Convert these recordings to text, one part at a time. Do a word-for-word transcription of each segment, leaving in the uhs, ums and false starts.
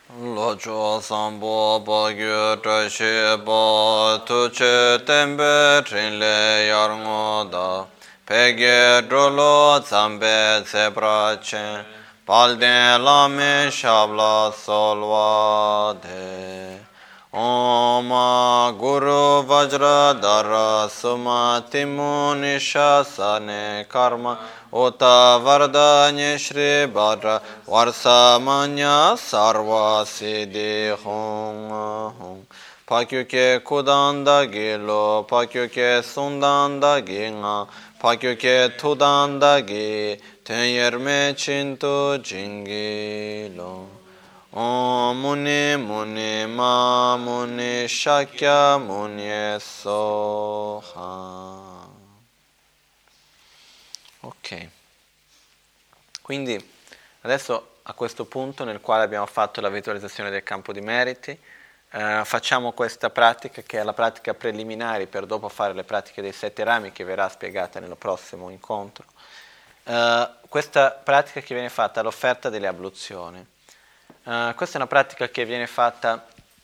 Locho sambo bagyo trashi ba tuche tembe trinle yarngo da pege drolo zambe zebrache palden lame shabla solva de Om Guru Vajra Dara Suma Timuni Shasane Karma Uta Vardanya Shri Bhadra Varsamanya Sarva Siddhi Hum Pakyuke Kudanda Gilo Pakyuke Sundanda Ginga Pakyuke Tudanda Gi Tenyerme Chintu Jingilo Om Muni Muni Ma Muni Shakya Muni Soha. Ok, quindi adesso a questo punto nel quale abbiamo fatto la visualizzazione del campo di meriti, eh, facciamo questa pratica che è la pratica preliminare per dopo fare le pratiche dei sette rami che verrà spiegata nel prossimo incontro. Eh, questa pratica che viene fatta all'offerta delle abluzioni. Uh, questa è una pratica che viene fatta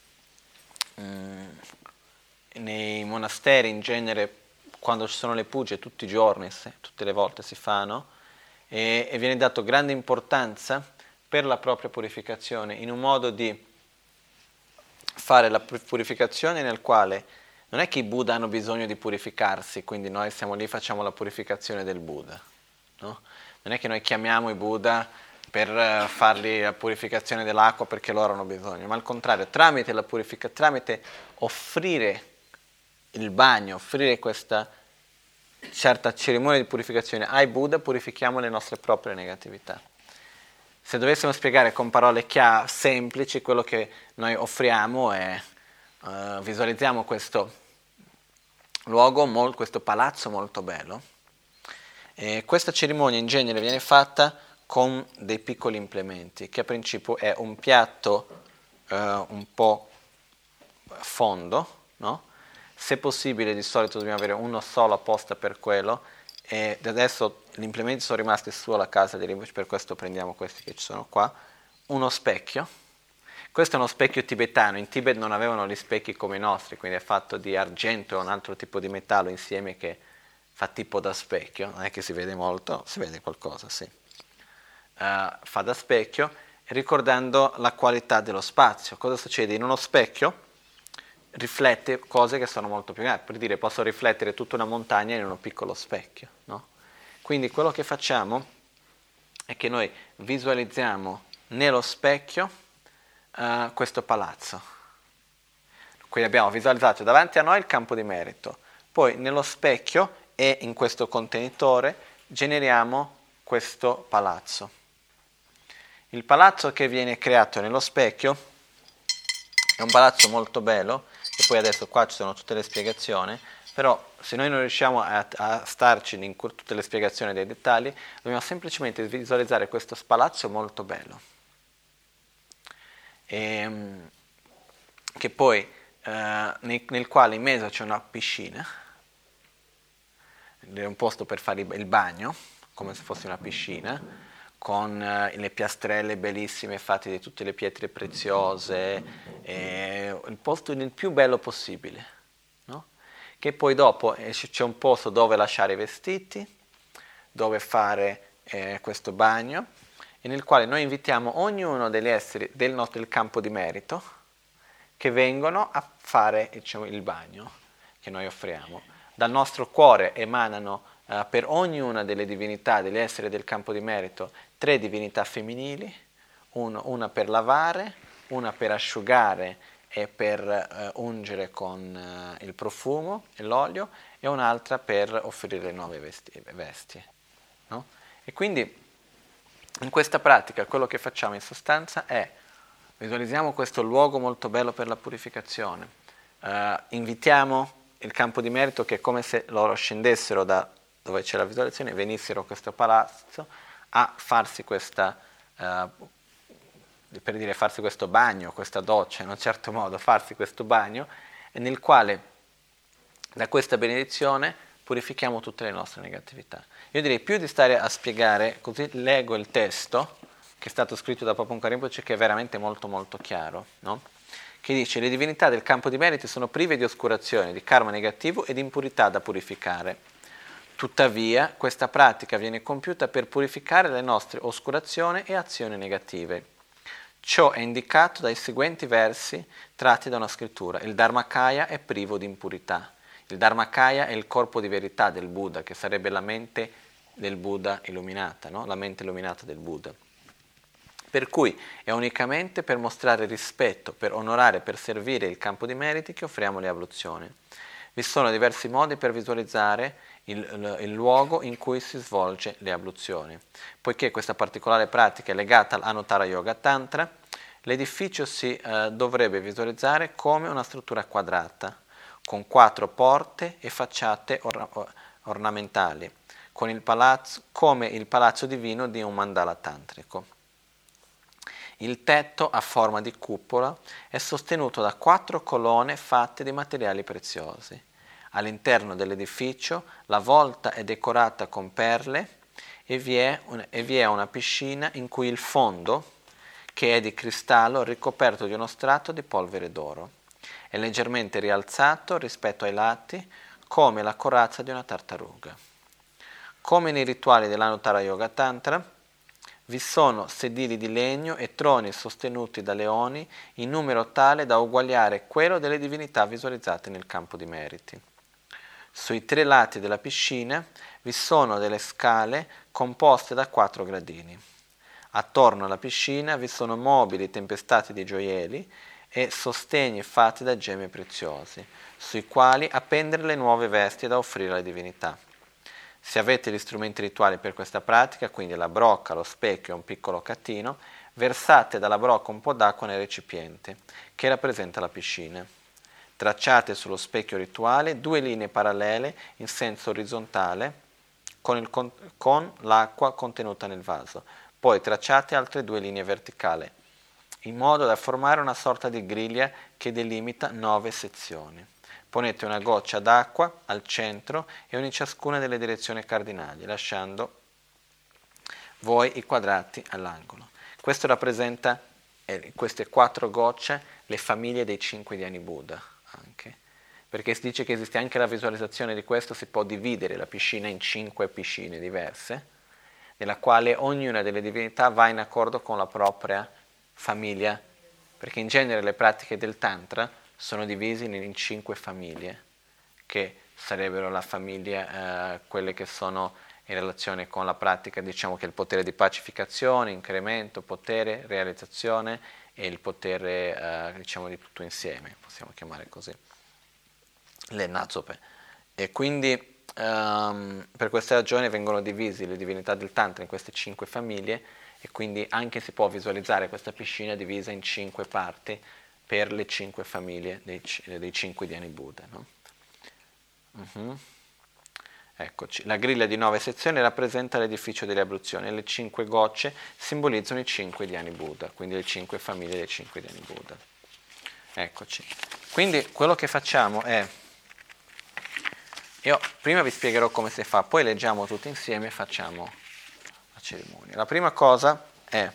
um, nei monasteri in genere quando ci sono le pugie tutti i giorni, se, tutte le volte si fanno e, e viene dato grande importanza per la propria purificazione in un modo di fare la purificazione nel quale non è che i Buddha hanno bisogno di purificarsi, quindi noi siamo lì e facciamo la purificazione del Buddha, no? Non è che noi chiamiamo i Buddha per fargli la purificazione dell'acqua perché loro hanno bisogno, ma al contrario, tramite la purificazione, tramite offrire il bagno, offrire questa certa cerimonia di purificazione ai Buddha, purifichiamo le nostre proprie negatività. Se dovessimo spiegare con parole chiare, semplici, quello che noi offriamo è, uh, visualizziamo questo luogo, mol, questo palazzo molto bello, e questa cerimonia in genere viene fatta con dei piccoli implementi, che a principio è un piatto eh, un po' fondo, no? Se possibile di solito dobbiamo avere uno solo apposta per quello, e adesso gli implementi sono rimasti solo a casa di Rinpoche, per questo prendiamo questi che ci sono qua, uno specchio. Questo è uno specchio tibetano, in Tibet non avevano gli specchi come i nostri, quindi è fatto di argento e un altro tipo di metallo insieme che fa tipo da specchio, non è che si vede molto, si vede qualcosa, sì. Uh, fa da specchio, ricordando la qualità dello spazio. Cosa succede? In uno specchio riflette cose che sono molto più grandi, per dire posso riflettere tutta una montagna in uno piccolo specchio, no? Quindi quello che facciamo è che noi visualizziamo nello specchio uh, questo palazzo. Quindi abbiamo visualizzato davanti a noi il campo di merito, poi nello specchio e in questo contenitore generiamo questo palazzo. Il palazzo che viene creato nello specchio è un palazzo molto bello, e poi adesso qua ci sono tutte le spiegazioni, però se noi non riusciamo a, a starci in tutte le spiegazioni dei dettagli, dobbiamo semplicemente visualizzare questo palazzo molto bello, e, che poi eh, nel, nel quale in mezzo c'è una piscina, è un posto per fare il bagno, come se fosse una piscina, con eh, le piastrelle bellissime fatte di tutte le pietre preziose, eh, il posto il più bello possibile, no? Che poi dopo eh, c'è un posto dove lasciare i vestiti, dove fare eh, questo bagno, e nel quale noi invitiamo ognuno degli esseri del nostro del campo di merito che vengono a fare, diciamo, il bagno che noi offriamo. Dal nostro cuore emanano Uh, per ognuna delle divinità, degli esseri del campo di merito, tre divinità femminili, uno, una per lavare, una per asciugare e per uh, ungere con uh, il profumo e l'olio, e un'altra per offrire nuove vesti, vesti, no? E quindi in questa pratica quello che facciamo in sostanza è visualizziamo questo luogo molto bello per la purificazione, uh, invitiamo il campo di merito che è come se loro scendessero da dove c'è la visualizzazione, venissero a questo palazzo a farsi questa, uh, per dire farsi questo bagno, questa doccia, in un certo modo, farsi questo bagno, nel quale da questa benedizione purifichiamo tutte le nostre negatività. Io direi più di stare a spiegare, così leggo il testo che è stato scritto da Pabongka Rinpoche, che è veramente molto molto chiaro, no? Che dice: le divinità del campo di meriti sono prive di oscurazione, di karma negativo e di impurità da purificare. Tuttavia, questa pratica viene compiuta per purificare le nostre oscurazioni e azioni negative. Ciò è indicato dai seguenti versi tratti da una scrittura. Il Dharmakaya è privo di impurità. Il Dharmakaya è il corpo di verità del Buddha, che sarebbe la mente del Buddha illuminata, no? La mente illuminata del Buddha. Per cui è unicamente per mostrare rispetto, per onorare, per servire il campo di meriti che offriamo le abluzioni. Vi sono diversi modi per visualizzare il, il, il luogo in cui si svolge le abluzioni. Poiché questa particolare pratica è legata all'Anuttara Yoga Tantra, l'edificio si eh, dovrebbe visualizzare come una struttura quadrata, con quattro porte e facciate or- ornamentali, con il palazzo, come il palazzo divino di un mandala tantrico. Il tetto a forma di cupola è sostenuto da quattro colonne fatte di materiali preziosi. All'interno dell'edificio la volta è decorata con perle e vi è, un, e vi è una piscina in cui il fondo, che è di cristallo ricoperto di uno strato di polvere d'oro, è leggermente rialzato rispetto ai lati come la corazza di una tartaruga. Come nei rituali dell'Anuttara Yoga Tantra, vi sono sedili di legno e troni sostenuti da leoni in numero tale da uguagliare quello delle divinità visualizzate nel campo di meriti. Sui tre lati della piscina vi sono delle scale composte da quattro gradini. Attorno alla piscina vi sono mobili tempestati di gioielli e sostegni fatti da gemme preziosi, sui quali appendere le nuove vesti da offrire alle divinità. Se avete gli strumenti rituali per questa pratica, quindi la brocca, lo specchio e un piccolo catino, versate dalla brocca un po' d'acqua nel recipiente, che rappresenta la piscina. Tracciate sullo specchio rituale due linee parallele in senso orizzontale con, il, con l'acqua contenuta nel vaso. Poi tracciate altre due linee verticali, in modo da formare una sorta di griglia che delimita nove sezioni. Ponete una goccia d'acqua al centro e una in ciascuna delle direzioni cardinali, lasciando voi i quadrati all'angolo. Questo rappresenta, eh, queste quattro gocce, le famiglie dei cinque Dhyani Buddha, anche. Perché si dice che esiste anche la visualizzazione di questo, si può dividere la piscina in cinque piscine diverse, nella quale ognuna delle divinità va in accordo con la propria famiglia, perché in genere le pratiche del Tantra sono divisi in cinque famiglie, che sarebbero la famiglia, eh, quelle che sono in relazione con la pratica, diciamo che il potere di pacificazione, incremento, potere, realizzazione e il potere, eh, diciamo, di tutto insieme, possiamo chiamare così, le Nazope. E quindi um, per questa ragione vengono divisi le divinità del Tantra in queste cinque famiglie e quindi anche si può visualizzare questa piscina divisa in cinque parti per le cinque famiglie dei, dei cinque Dhyani Buddha. No? Uh-huh. Eccoci. La griglia di nove sezioni rappresenta l'edificio delle abluzioni e le cinque gocce simbolizzano i cinque Dhyani Buddha, quindi le cinque famiglie dei cinque Dhyani Buddha. Eccoci. Quindi quello che facciamo è, io prima vi spiegherò come si fa, poi leggiamo tutti insieme e facciamo la cerimonia. La prima cosa è,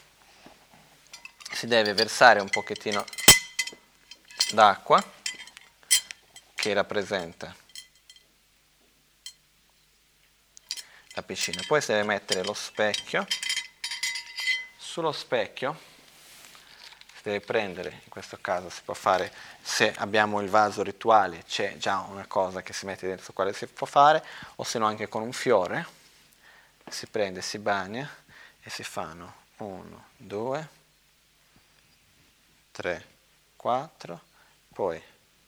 si deve versare un pochettino d'acqua che rappresenta la piscina, poi si deve mettere lo specchio, sullo specchio si deve prendere, in questo caso si può fare, se abbiamo il vaso rituale c'è già una cosa che si mette dentro quale si può fare, o se no anche con un fiore, si prende, si bagna e si fanno uno, due, tre, quattro, poi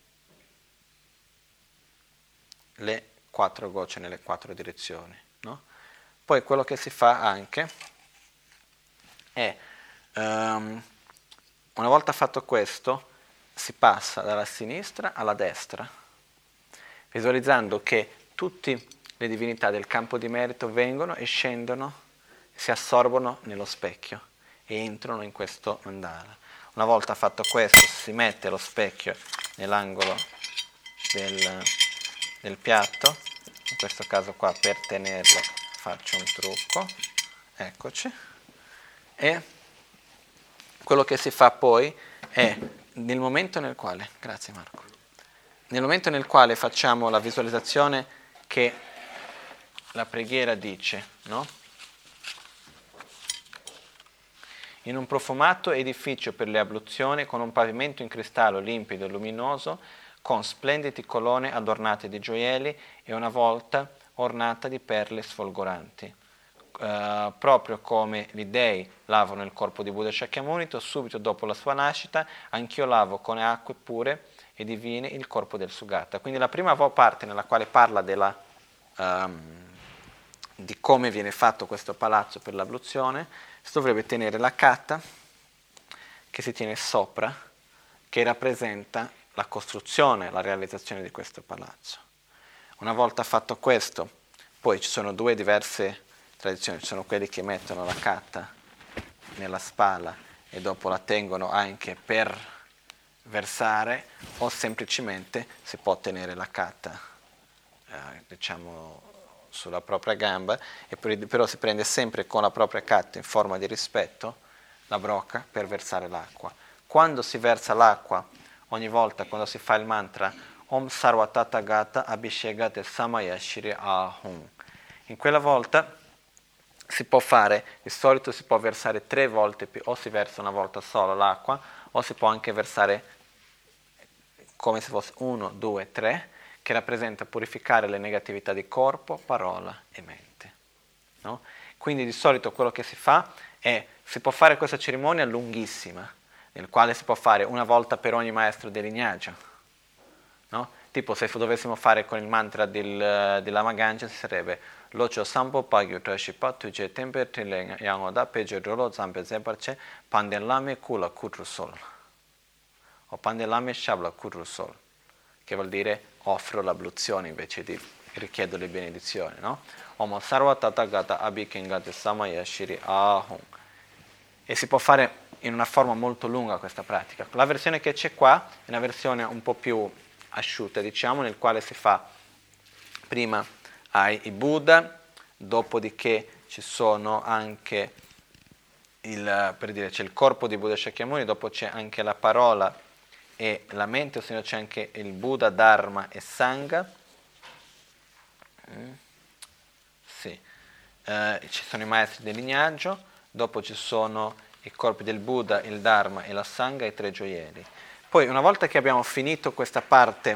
le quattro gocce nelle quattro direzioni, no? Poi quello che si fa anche è, um, una volta fatto questo, si passa dalla sinistra alla destra, visualizzando che tutte le divinità del campo di merito vengono e scendono, si assorbono nello specchio e entrano in questo mandala. Una volta fatto questo si mette lo specchio nell'angolo del, del piatto, in questo caso qua per tenerlo faccio un trucco, eccoci, E quello che si fa poi è, nel momento nel quale, grazie Marco, nel momento nel quale facciamo la visualizzazione che la preghiera dice, no? In un profumato edificio per le abluzioni, con un pavimento in cristallo limpido e luminoso, con splendidi colonne adornate di gioielli e una volta ornata di perle sfolgoranti. Uh, proprio come gli dei lavano il corpo di Buddha Shakyamuni, subito dopo la sua nascita, anch'io lavo con acque pure e divine il corpo del Sugata. Quindi la prima parte nella quale parla della, um, di come viene fatto questo palazzo per l'abluzione, si dovrebbe tenere la kata che si tiene sopra, che rappresenta la costruzione, la realizzazione di questo palazzo. Una volta fatto questo, poi ci sono due diverse tradizioni, ci sono quelli che mettono la kata nella spalla e dopo la tengono anche per versare, o semplicemente si può tenere la kata eh, diciamo sulla propria gamba, e per, però si prende sempre con la propria kata in forma di rispetto la brocca per versare l'acqua. Quando si versa l'acqua, ogni volta quando si fa il mantra Om Sarva Tathagata Abhishekate Samaya Shri Ahum, in quella volta si può fare, di solito si può versare tre volte più, o si versa una volta solo l'acqua, o si può anche versare come se fosse uno, due, tre, che rappresenta purificare le negatività di corpo, parola e mente. No? Quindi di solito quello che si fa è, si può fare questa cerimonia lunghissima, nel quale si può fare una volta per ogni maestro di lignaggio. No? Tipo se dovessimo fare con il mantra del, dell'Ama Gange, sarebbe Locho Sampo Pagyo Trashipa Tuje Tempe Trile Yangoda Peje Rolo Zampe Zeparce Pandelame Kula Kutrusol o Pandelame Shabla Kutrusol, che vuol dire offro l'abluzione invece di richiedo le benedizioni, no? Om Sarva Tathagata Abhikengate Samaya Shri Ahum. E si può fare in una forma molto lunga questa pratica. La versione che c'è qua è una versione un po' più asciutta, diciamo, nel quale si fa prima ai i Buddha, dopodiché ci sono anche il, per dire, c'è il corpo di Buddha Shakyamuni, dopo c'è anche la parola e la mente, ossia c'è anche il Buddha, Dharma e Sangha. Mm. Sì. Eh, ci sono i maestri del lignaggio, dopo ci sono i corpi del Buddha, il Dharma e la Sangha e i tre gioielli. Poi una volta che abbiamo finito questa parte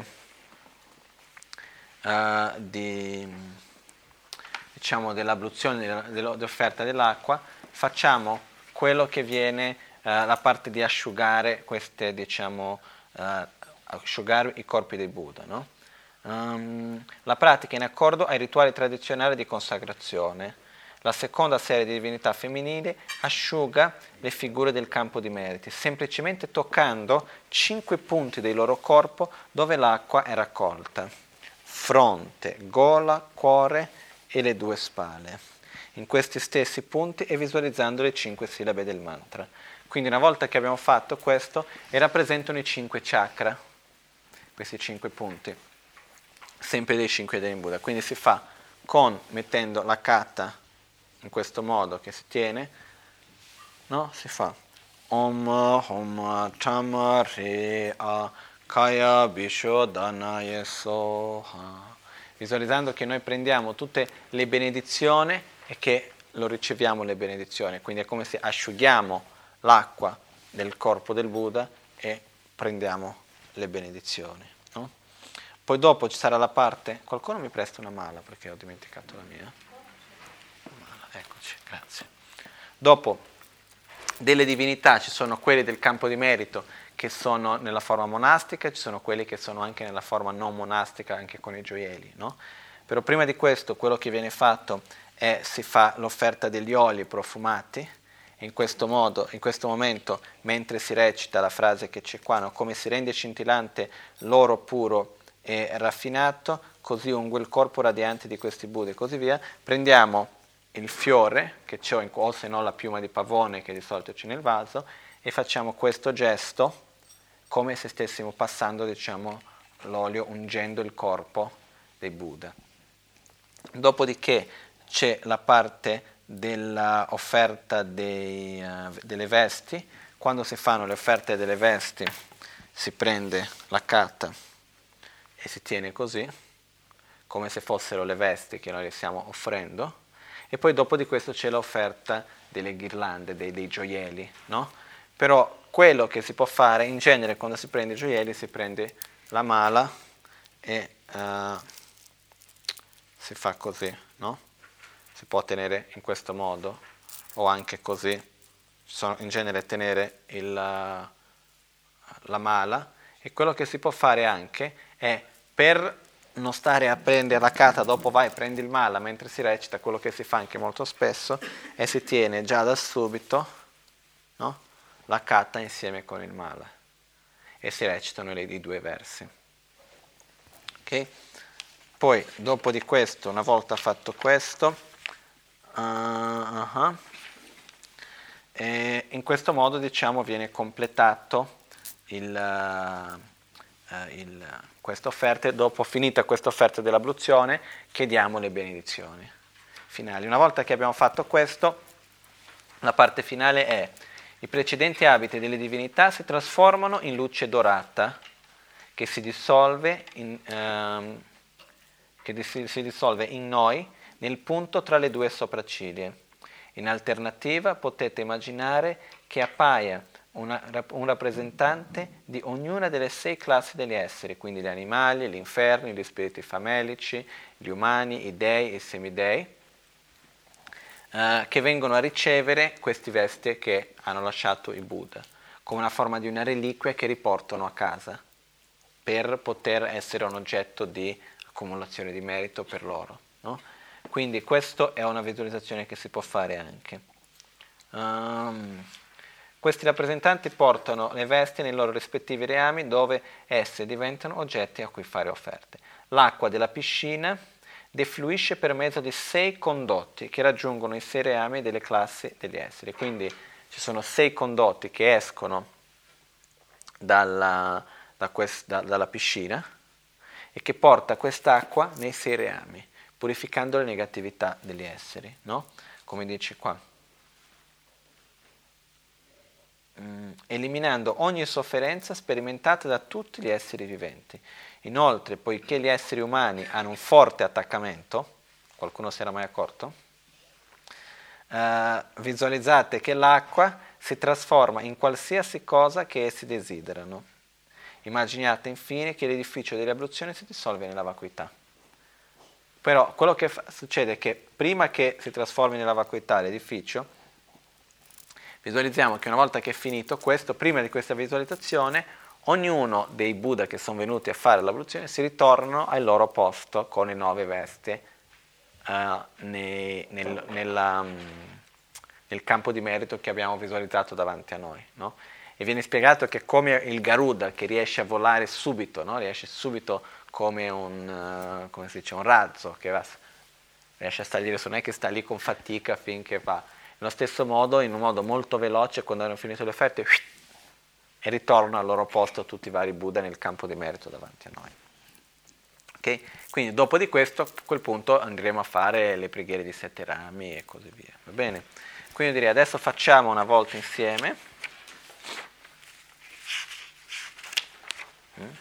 uh, di, diciamo, dell'abluzione, dell'offerta dell'acqua, facciamo quello che viene uh, la parte di asciugare queste, diciamo, uh, asciugare i corpi dei Buddha, no? Um, la pratica è in accordo ai rituali tradizionali di consacrazione. La seconda serie di divinità femminili asciuga le figure del campo di meriti, semplicemente toccando cinque punti del loro corpo dove l'acqua è raccolta: fronte, gola, cuore e le due spalle. In questi stessi punti e visualizzando le cinque sillabe del mantra. Quindi una volta che abbiamo fatto questo, e rappresentano i cinque chakra, questi cinque punti, sempre dei cinque dei Buddha. Quindi si fa con, mettendo la kata in questo modo che si tiene, no? Si fa Om Om Tam Re A Kaya Bishodana Soha, visualizzando che noi prendiamo tutte le benedizioni e che lo riceviamo le benedizioni. Quindi è come se asciughiamo l'acqua del corpo del Buddha e prendiamo le benedizioni. No? Poi dopo ci sarà la parte, qualcuno mi presta una mala perché ho dimenticato la mia? Eccoci, grazie. Dopo delle divinità ci sono quelli del campo di merito che sono nella forma monastica, ci sono quelli che sono anche nella forma non monastica, anche con i gioielli, no? Però prima di questo quello che viene fatto è si fa l'offerta degli oli profumati. In questo modo, in questo momento, mentre si recita la frase che c'è qua, no? Come si rende scintillante l'oro puro e raffinato, così ungo il corpo radiante di questi Buddha e così via, prendiamo il fiore che c'è, o se no la piuma di pavone che di solito c'è nel vaso, e facciamo questo gesto come se stessimo passando, diciamo, l'olio, ungendo il corpo dei Buddha. Dopodiché c'è la parte dell'offerta dei, uh, delle vesti. Quando si fanno le offerte delle vesti si prende la carta e si tiene così, come se fossero le vesti che noi le stiamo offrendo, e poi dopo di questo c'è l'offerta delle ghirlande, dei, dei gioielli, no? Però quello che si può fare, in genere quando si prende i gioielli si prende la mala e uh, si fa così, no? Si può tenere in questo modo o anche così, sono, in genere tenere il, la mala, e quello che si può fare anche è, per non stare a prendere la carta, dopo vai e prendi il mala mentre si recita, quello che si fa anche molto spesso, e si tiene già da subito, no? La carta insieme con il mala e si recitano le, i due versi. Ok? Poi dopo di questo, una volta fatto questo, uh, uh-huh, e in questo modo, diciamo, viene completato il, uh, il, questa offerta. Dopo finita questa offerta dell'abluzione chiediamo le benedizioni finali. Una volta che abbiamo fatto questo, la parte finale è: i precedenti abiti delle divinità si trasformano in luce dorata che si dissolve in, um, che si, si dissolve in noi nel punto tra le due sopracciglia. In alternativa potete immaginare che appaia una, un rappresentante di ognuna delle sei classi degli esseri, quindi gli animali, gli inferni, gli spiriti famelici, gli umani, i dei e i semidei, eh, che vengono a ricevere questi vesti che hanno lasciato i Buddha, come una forma di una reliquia che riportano a casa, per poter essere un oggetto di accumulazione di merito per loro, no? Quindi questa è una visualizzazione che si può fare anche. Um, questi rappresentanti portano le vesti nei loro rispettivi reami, dove esse diventano oggetti a cui fare offerte. L'acqua della piscina defluisce per mezzo di sei condotti che raggiungono i sei reami delle classi degli esseri. Quindi ci sono sei condotti che escono dalla, da quest, da, dalla piscina e che porta quest'acqua nei sei reami, purificando le negatività degli esseri, no? Come dice qua. Mm, eliminando ogni sofferenza sperimentata da tutti gli esseri viventi. Inoltre, poiché gli esseri umani hanno un forte attaccamento, qualcuno si era mai accorto? Uh, visualizzate che l'acqua si trasforma in qualsiasi cosa che essi desiderano. Immaginate infine che l'edificio delle abluzioni si dissolve nella vacuità. Però quello che fa, succede è che prima che si trasformi nella vacuità l'edificio, visualizziamo che una volta che è finito questo, prima di questa visualizzazione, ognuno dei Buddha che sono venuti a fare l'abluzione si ritornano al loro posto con le nove vesti uh, nei, nel, nella, um, nel campo di merito che abbiamo visualizzato davanti a noi, no? E viene spiegato che come il Garuda, che riesce a volare subito, no? Riesce subito come un, uh, come si dice, un razzo, che va, riesce a salire, non è che sta lì con fatica finché va. Nello stesso modo, in un modo molto veloce, quando hanno finito le offerte, e ritornano al loro posto tutti i vari Buddha nel campo di merito davanti a noi. Okay? Quindi dopo di questo, a quel punto andremo a fare le preghiere di sette rami e così via. Va bene? Quindi direi adesso facciamo una volta insieme. Mm.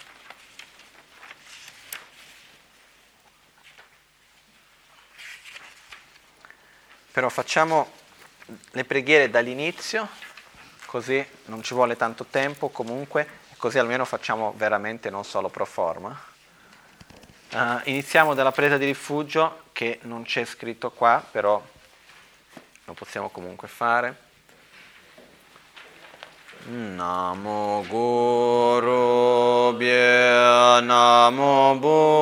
Però facciamo le preghiere dall'inizio, così non ci vuole tanto tempo comunque, così almeno facciamo veramente, non solo pro forma. Uh, iniziamo dalla presa di rifugio, che non c'è scritto qua, però lo possiamo comunque fare. Namo Guru Bhye Namo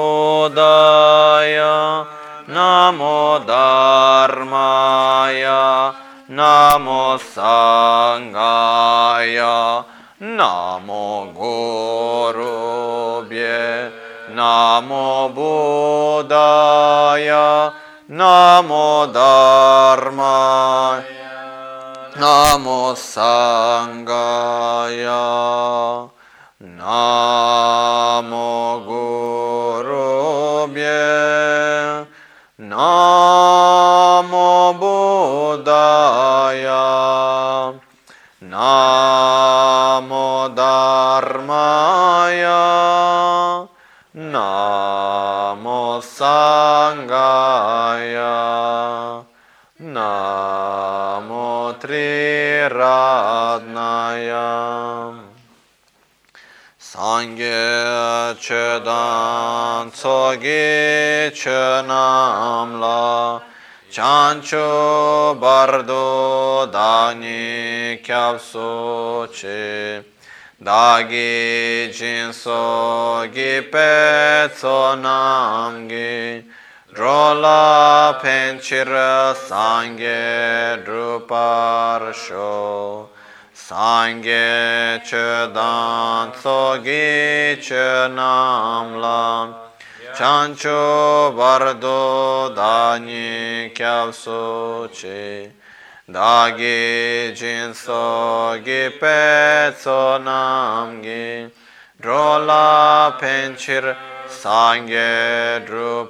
Buddhaya Namo Dharmaya Namo Sanghaya Namo Guru Bhye Namo Buddhaya Namo Dharmaya Namo Sanghaya Namo Guru Bhye Namo Buddhaya Dharmaya Namo Sangaya Namo Triratnaya Sangye Chedan Tsogi Chenamla Chancho Bardo Dani Kyapso Che Dagi Jinso Gi Petso Namgi Drola Penchira Sangye Druparsho Sangye Chedan Tsogi Chenamla Chancho Bardo Dani Kyapso Che Dagi Jinso Gi Petso Namgi Drola Penchir Sangye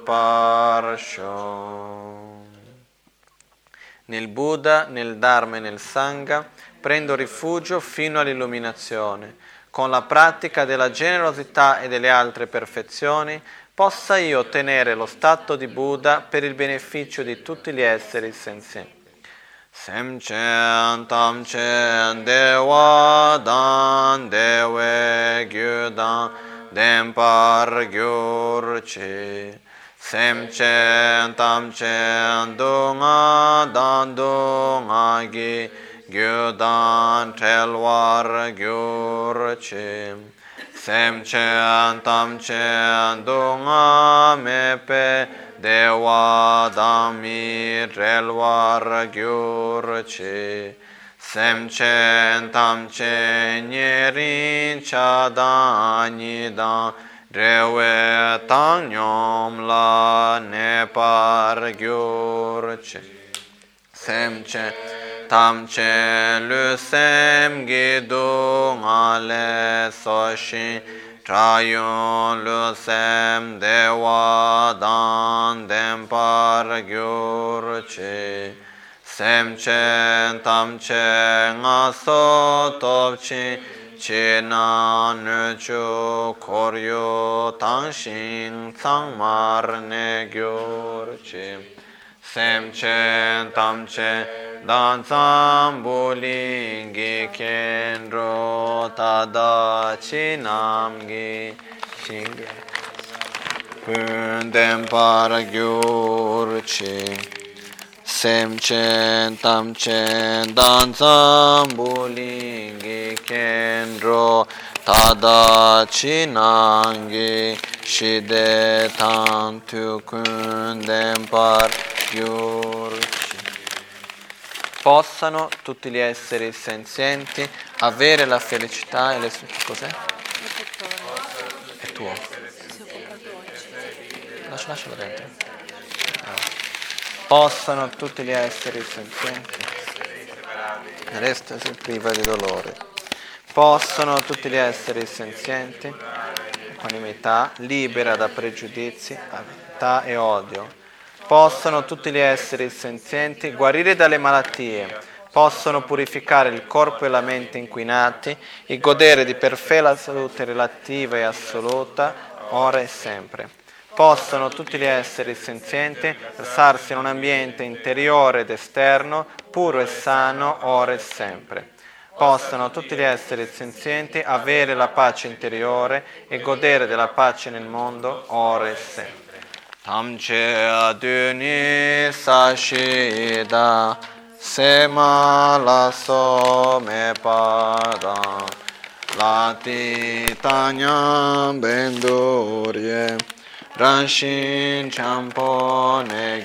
Druparsho. Nel Buddha, nel Dharma e nel Sangha prendo rifugio fino all'illuminazione. Con la pratica della generosità e delle altre perfezioni possa io ottenere lo stato di Buddha per il beneficio di tutti gli esseri senzienti. Semchen tamchen dewa dan dewe gyudan dempar gyurchi Semchen tamchen dunga dan dunga gi gyudan telwar gyurchi Semchen tamchen dunga mepe Dewa dami relwar gyurchi Semchen tamchen nyerin chadani dan Rewe tanyom la nepar gyurchi Semchen tamchen lusem gidung ale soshin Trayon lusem dewa dan dempar gyurchi Semchen tamchen aso topchi Chena nuchu koryo tangshin tsangmar ne gyurchi Semchen tamchen dan zambulingi kenro tada chinamgi shingi Pundem paragyurchi Semchen tamchen dan zambulingi kenro tada chinangi shide tantu kundem paragyurchi Possano tutti gli esseri senzienti avere la felicità e le sue... Cos'è? È tuo. Lascia, lascialo dentro. Possano tutti gli esseri senzienti. Restasi priva di dolore. Possano tutti gli esseri senzienti, equanimità, libera da pregiudizi, avidità e odio. Possono tutti gli esseri senzienti guarire dalle malattie, possono purificare il corpo e la mente inquinati e godere di perfetta salute relativa e assoluta, ora e sempre. Possono tutti gli esseri senzienti versarsi in un ambiente interiore ed esterno, puro e sano, ora e sempre. Possono tutti gli esseri senzienti avere la pace interiore e godere della pace nel mondo, ora e sempre. Tamche aduni sashida sema laso me pada lati tanyam bendurie ranshin champone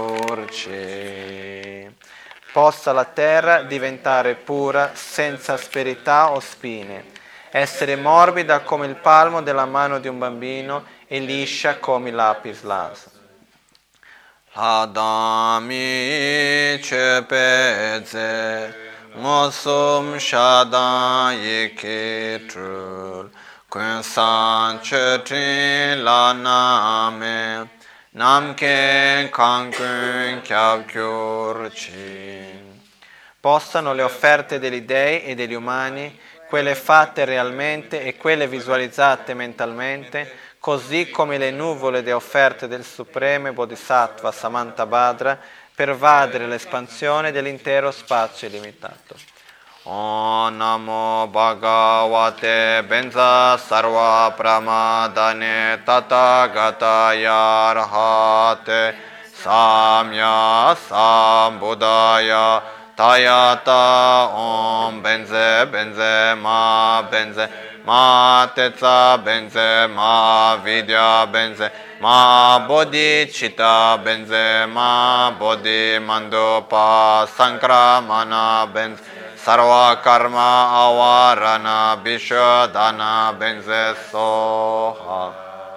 gyurci. Possa la terra diventare pura senza asperità o spine, essere morbida come il palmo della mano di un bambino e liscia come il lapis lazuli. Ladami cepeze ngosum shadan yikitrul kun san chetrin la name namken kankun kyabkyurchin. Possano le offerte degli dei e degli umani, quelle fatte realmente e quelle visualizzate mentalmente, così come le nuvole di offerte del Supremo Bodhisattva Samantabhadra, pervadere l'espansione dell'intero spazio illimitato. Om Namo Bhagavate Benza Sarva Pramadane Tathagataya Arhate Samya Sambuddhaya Tayata Om Benze Benze Ma Benze Ma Tetsa Benze Ma Vidya Benze Ma Bodhicitta Benze Ma Bodhi Mandopa Sankramana Benze Sarva Karma Avarana Bishodana Benze Soha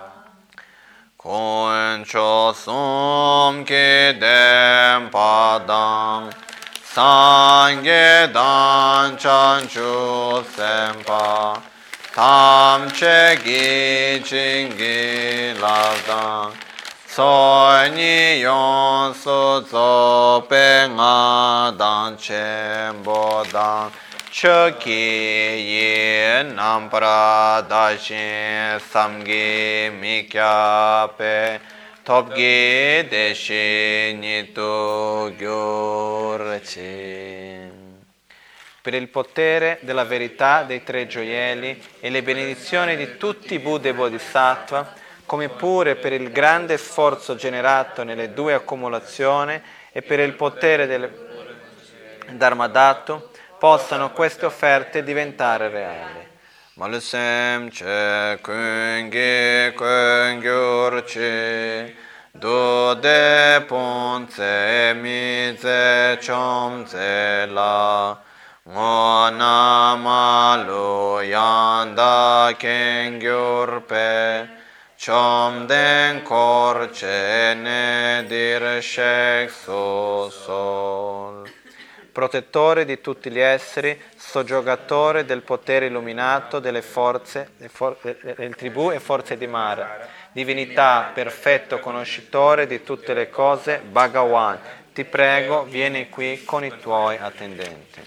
Kuncho Sum Kidem Padang Sangye Dan Chanchu Sempa Tam Che Gi Chingi Lavdang Soi Ni Yon Su Zo Pe Nga Dan Chen Bo Dan Che Ki Ye Nam Pra Da Shin Sam Gi Mi Kya Pe Top Gi De Shi Ni Tu Gyur Chi. Per il potere della verità dei tre gioielli e le benedizioni di tutti i Buddha e Bodhisattva, come pure per il grande sforzo generato nelle due accumulazioni e per il potere del Dharmadhatu, possano queste offerte diventare reali. Malusem che kungi kungyur chi dode ponze mize chomze la ngona malu yanda kengyur pe Chom kor che ne dir shek so sol. Protettore di tutti gli esseri, soggiogatore del potere illuminato delle forze, del tribù e forze di Mara, divinità, perfetto conoscitore di tutte le cose, Bhagawan, ti prego, vieni qui con i tuoi attendenti.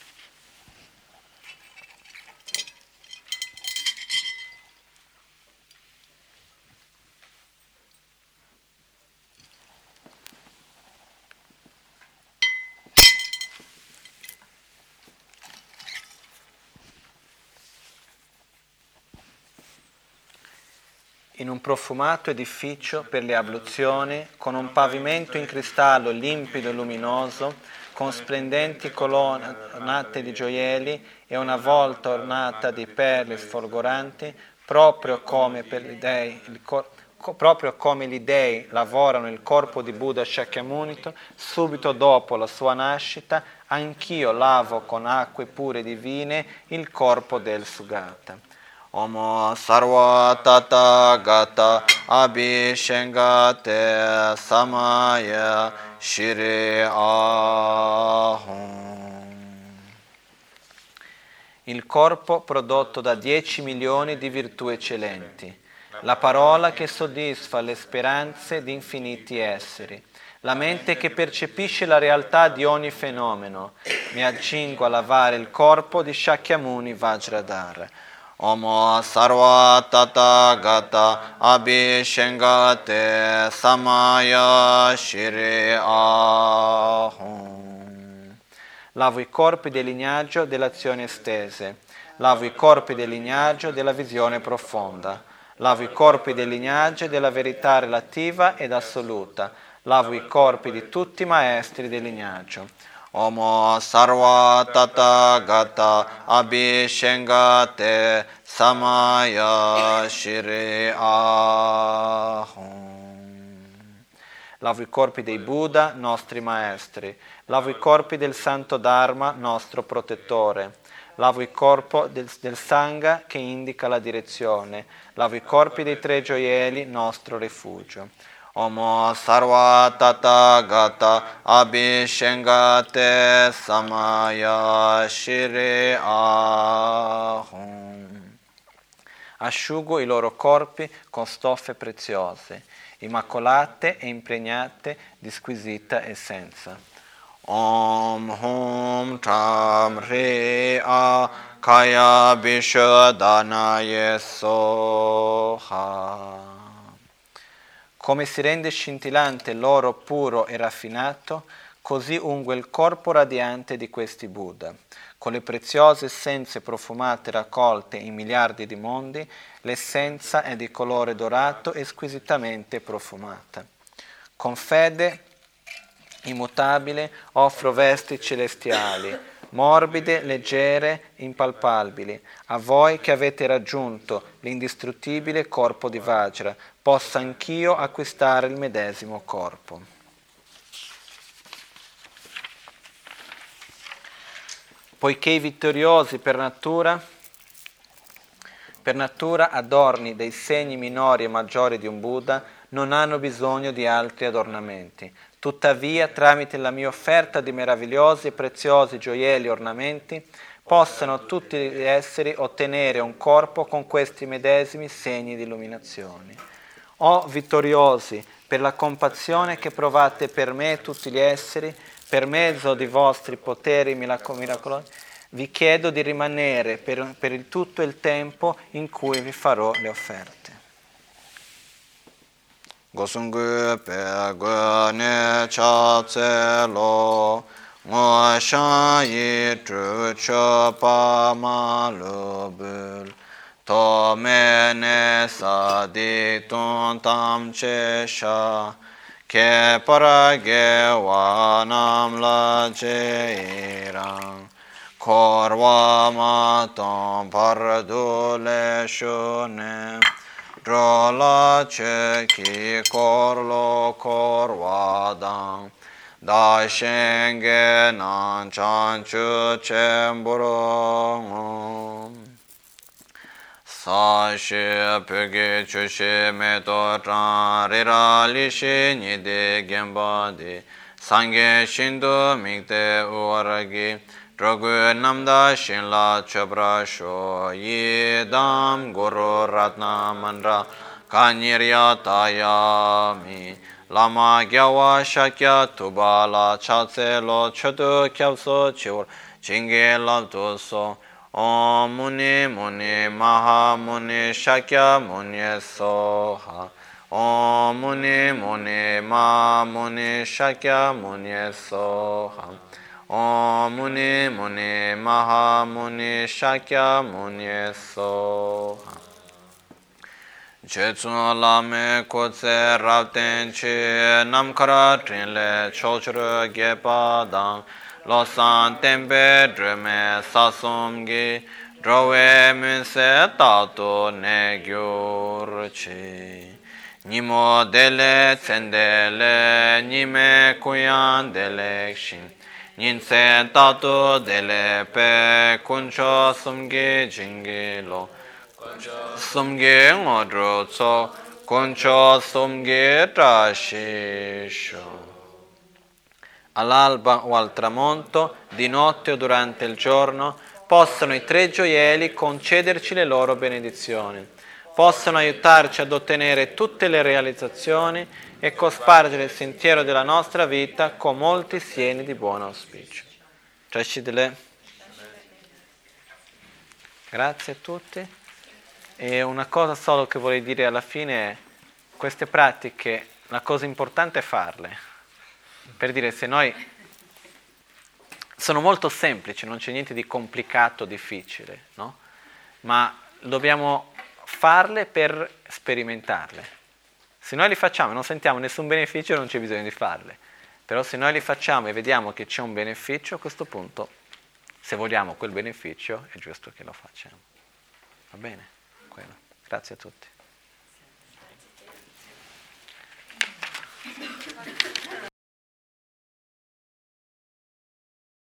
In un profumato edificio per le abluzioni, con un pavimento in cristallo limpido e luminoso, con splendenti colonne ornate di gioielli e una volta ornata di perle sfolgoranti, proprio come per gli dei, il cor- proprio come gli dei lavorano il corpo di Buddha Shakyamuni, subito dopo la sua nascita, anch'io lavo con acque pure divine il corpo del Sugata. Om Sarva Tathagata Abhishengate Samaya Shri Ahom. Il corpo prodotto da dieci milioni di virtù eccellenti, la parola che soddisfa le speranze di infiniti esseri, la mente che percepisce la realtà di ogni fenomeno. Mi accingo a lavare il corpo di Shakyamuni Vajradhara. Om Sarva Tathagata Abhishengate Samaya Shri Ahom. Lavo i corpi del lignaggio delle azioni estese. Lavo i corpi del lignaggio della visione profonda. Lavo i corpi del lignaggio della verità relativa ed assoluta. Lavo i corpi di tutti i maestri del lignaggio. Om Sarva Tathagata Abhishengate Samaya Shri Ahom. Lavo i corpi dei Buddha, nostri maestri. Lavo i corpi del Santo Dharma, nostro protettore. Lavo il corpo del, del Sangha che indica la direzione. Lavo i corpi dei tre gioielli, nostro rifugio. Om Sarva Tathagata Abhishengate Samaya Shri Ahom. Asciugo i loro corpi con stoffe preziose, immacolate e impregnate di squisita essenza. Om Hum Tam Re A kaya bisho danaye soha. Come si rende scintillante l'oro puro e raffinato, così ungue il corpo radiante di questi Buddha. Con le preziose essenze profumate raccolte in miliardi di mondi, l'essenza è di colore dorato e squisitamente profumata. Con fede immutabile offro vesti celestiali, morbide, leggere, impalpabili, a voi che avete raggiunto l'indistruttibile corpo di Vajra, possa anch'io acquistare il medesimo corpo. Poiché i vittoriosi per natura, per natura adorni dei segni minori e maggiori di un Buddha, non hanno bisogno di altri adornamenti. Tuttavia, tramite la mia offerta di meravigliosi e preziosi gioielli e ornamenti, possano tutti gli esseri ottenere un corpo con questi medesimi segni di illuminazione. O vittoriosi, per la compassione che provate per me tutti gli esseri, per mezzo di vostri poteri miracolosi, vi chiedo di rimanere per, per il tutto il tempo in cui vi farò le offerte. Gosungu pe gu ne cha tse lo ngo shan yi tru cho pa ma lo bul to me ne sa di ton tam che sha ke para ge wa nam la che irang korwa ma ton par do le shone drola che ki korlo korwa dang da shenge nan chan chu chemburo sa she pege chu she me to tran re ra li she ni de gemba de sangye shindo mikte uragi drogu namda shinla chabra sho yi dam guru ratna mandra kanyirya tayami lama gyawa shakya tubala chatse lo chodu kyabso chiwar chinge labdo so om muni muni maha muni shakya muni soha om muni muni maha muni shakya muni soha Om Muni Muni Maha Muni Shakya Muni Soha Jetsun Lame Kotse Rapten Chi Namkara Trinle Chochru Gepa Dang Losan Tempe Drume Sasum Gi Drowe Munse Tato Negyur Chi Nimo Dele Tsendele Nime Kuyan Dele Shin Ninsen tato dele pe kuncho sumge jingi lo sumge ngodro tso kuncho sumge trashisho. All'alba o al tramonto, di notte o durante il giorno, possano i tre gioielli concederci le loro benedizioni, possano aiutarci ad ottenere tutte le realizzazioni e cospargere il sentiero della nostra vita con molti segni di buon auspicio. Grazie a tutti. E una cosa solo che vorrei dire alla fine è: queste pratiche, la cosa importante è farle. Per dire, se noi sono molto semplici, non c'è niente di complicato, difficile, no? Ma dobbiamo farle per sperimentarle. Se noi li facciamo e non sentiamo nessun beneficio, non c'è bisogno di farle. Però se noi li facciamo e vediamo che c'è un beneficio, a questo punto, se vogliamo quel beneficio, è giusto che lo facciamo. Va bene? Quello. Grazie a tutti.